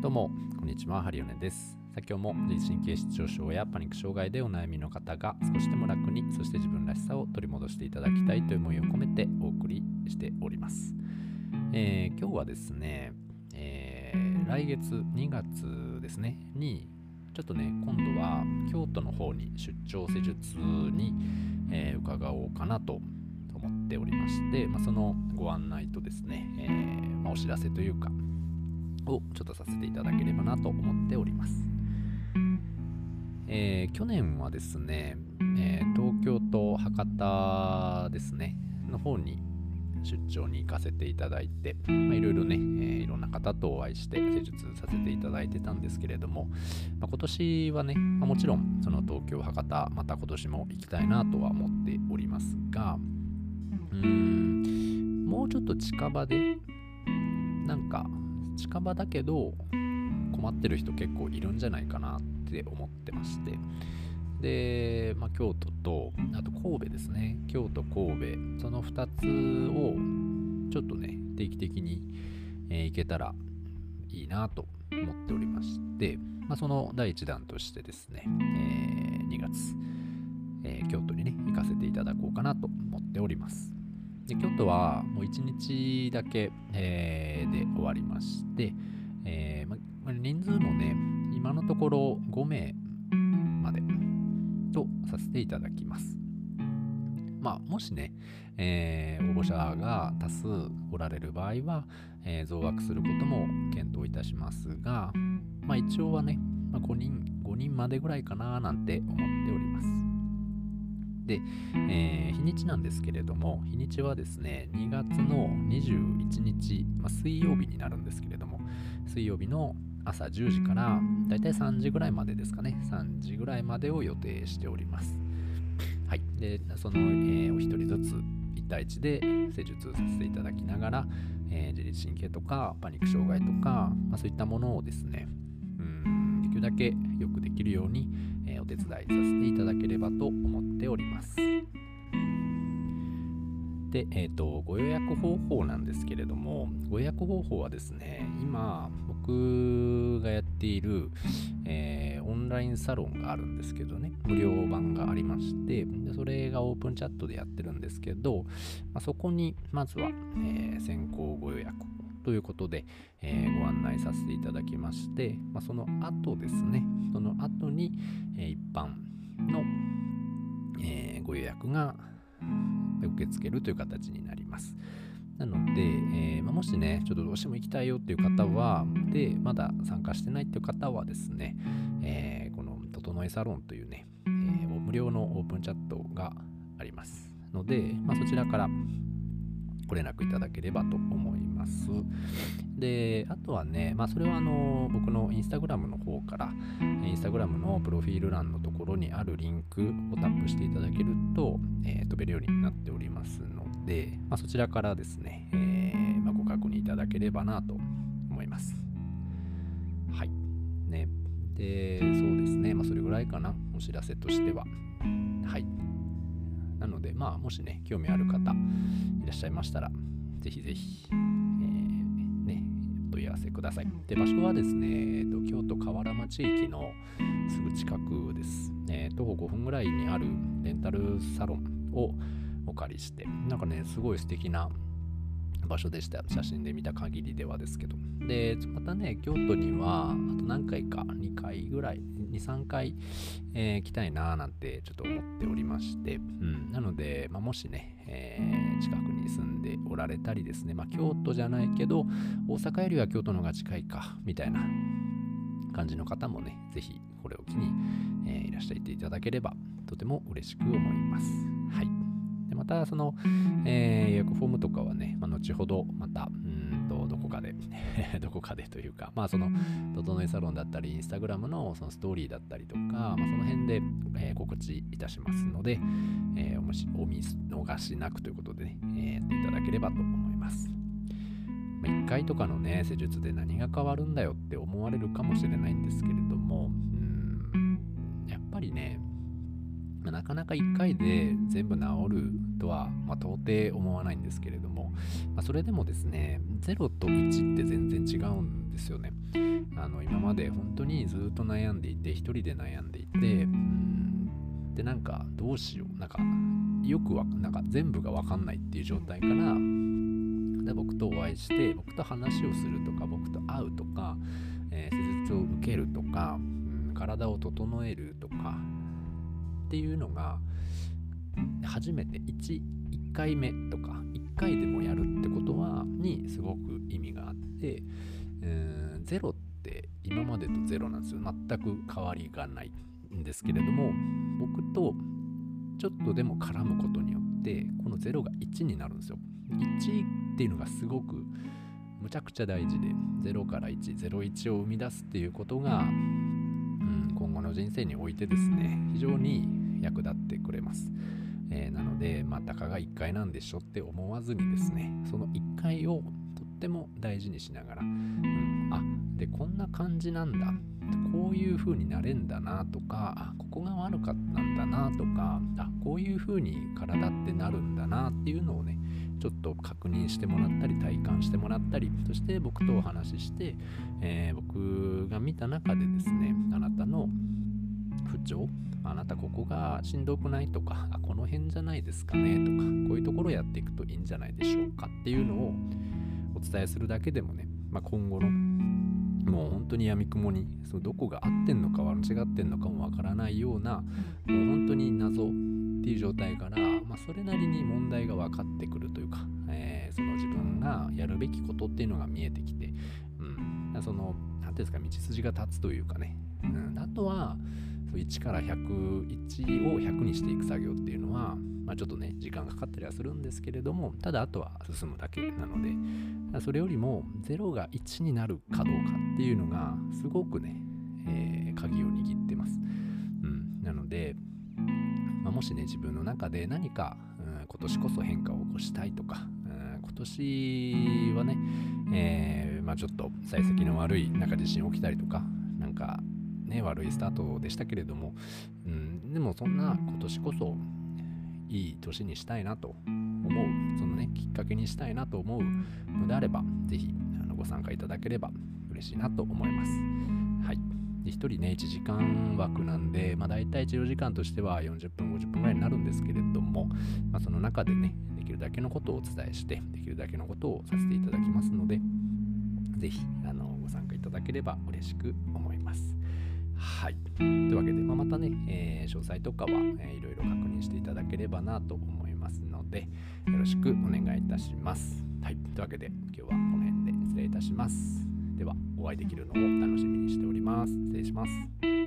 どうもこんにちは、ハリオネです。今日も自律神経失調症やパニック障害でお悩みの方が少しでも楽に、そして自分らしさを取り戻していただきたいという思いを込めてお送りしております。今日はですね、来月2月ですねにちょっとね、今度は京都の方に出張施術に、伺おうかなと思っておりまして、そのご案内とですね、お知らせというかをちょっとさせていただければなと思っております。去年はですね、東京と博多ですねの方に出張に行かせていただいて、いろいろね、いろんな方とお会いして施術させていただいてたんですけれども、今年はね、もちろんその東京博多また今年も行きたいなとは思っておりますが、もうちょっと近場で近場だけど困ってる人結構いるんじゃないかなって思ってまして、で、京都とあと神戸ですね。京都神戸、その2つをちょっとね定期的に、行けたらいいなと思っておりまして、その第一弾としてですね、2月、京都にね行かせていただこうかなと思っております。で、京都はもう1日だけ、で終わりまして、人数もね今のところ5名までとさせていただきます。もしね、応募者が多数おられる場合は、増枠することも検討いたしますが、一応はね、5人までぐらいかななんて思っております。で、日にちなんですけれども、日にちはですね2月の21日、水曜日になるんですけれども、水曜日の朝10時からだいたい3時ぐらいまでですかね、3時ぐらいまでを予定しております。はい。で、その、お一人ずつ1対1で施術させていただきながら、自律神経とかパニック障害とか、そういったものをですね、できるだけよくできるように、お手伝いさせていただければと思っております。で、ご予約方法なんですけれども、ご予約方法はですね、今僕がやっている、オンラインサロンがあるんですけどね、無料版がありまして、でそれがオープンチャットでやってるんですけど、そこにまずは、先行ご予約ということで、ご案内させていただきまして、その後ですね、その後に、一般の、ご予約が受け付けるという形になります。なので、もしねちょっとどうしても行きたいよっていう方は、でまだ参加してないっていう方はですね、この整えサロンというね、無料のオープンチャットがありますので、そちらからご連絡いただければと思います。で、あとはね、それは僕のインスタグラムの方から、インスタグラムのプロフィール欄のところにあるリンクをタップしていただけると、飛べるようになっておりますので、そちらからですね、ご確認いただければなと思います。はい。ね。で、そうですね、それぐらいかな、お知らせとしては。はい。なので、もしね、興味ある方いらっしゃいましたら、ぜひぜひ、お問い合わせください。で、場所はですね、京都河原町駅のすぐ近くです。徒歩5分ぐらいにあるレンタルサロンをお借りして、すごい素敵な場所でした。写真で見た限りではですけど。で、またね、京都にはあと何回か2回ぐらい2、3回、来たいなーなんてちょっと思っておりまして、なので、もしね、近くに住んでおられたりですね、京都じゃないけど大阪よりは京都の方が近いかみたいな感じの方もね、ぜひこれを機に、いらっしゃっていただければとても嬉しく思います。はい。で、またその、予約フォームとかはね、後ほどまたどこかでどこかでというか、その整えサロンだったりインスタグラムのそのストーリーだったりとか、その辺で、告知いたしますので、お見逃しなくということでね、やっていただければと思います。1回とかのね施術で何が変わるんだよって思われるかもしれないんですけれども、やっぱりね、 なかなか1回で全部治るとは、到底思わないんですけれども、それでもですね、0と1って全然違うんですよね。今まで本当にずっと悩んでいて、一人で悩んでいて、でなんかどうしよう、なんか全部が分かんないっていう状態から、で僕とお会いして、僕と話をするとか、僕と会うとか、施術を受けるとか、体を整えるとかっていうのが初めて1回目とか1回でもやるってことにすごく意味があって、ゼロって今までとゼロなんですよ。全く変わりがないんですけれども、僕とちょっとでも絡むことによってこの0が1になるんですよ。1っていうのがすごくむちゃくちゃ大事で、0から1、01を生み出すっていうことが、今後の人生においてですね、非常に役立ってくれます。なので、たかが1回なんでしょって思わずにですね、その1回をとっても大事にしながら、でこんな感じなんだ、こういう風になれんだなとか、ここが悪かったんだなとか、こういう風に体ってなるんだなっていうのをね、ちょっと確認してもらったり、体感してもらったり、そして僕とお話しして、僕が見た中でですね、あなたの不調、あなたここがしんどくないとか、この辺じゃないですかねとか、こういうところやっていくといいんじゃないでしょうかっていうのをお伝えするだけでもね、今後のもう本当に闇雲に、そのどこが合ってんのか間違ってんのかもわからないような、もう本当に謎っていう状態から、それなりに問題が分かってくるというか、その自分がやるべきことっていうのが見えてきて、その何ていうんですか、道筋が立つというかね、あとは1から101を100にしていく作業っていうのは、ちょっとね時間がかかったりはするんですけれども、ただあとは進むだけなので、それよりも0が1になるかどうかっていうのがすごくね、鍵を握ってます。なので、もしね自分の中で何か、今年こそ変化を起こしたいとか、今年はね、ちょっと幸先の悪い地震起きたりとか、悪いスタートでしたけれども、でもそんな今年こそいい年にしたいなと思う、そのねきっかけにしたいなと思うのであれば、ぜひご参加いただければ嬉しいなと思います。はい。で1人ね1時間枠なんで、だいたい治療時間としては40分50分ぐらいになるんですけれども、その中でねできるだけのことをお伝えして、できるだけのことをさせていただきますので、ぜひご参加いただければ嬉しく思います。はい。というわけで、またね、詳細とかは、いろいろ確認していただければなと思いますので、よろしくお願いいたします。はい。というわけで、今日はこの辺で失礼いたします。では、お会いできるのを楽しみにしております。失礼します。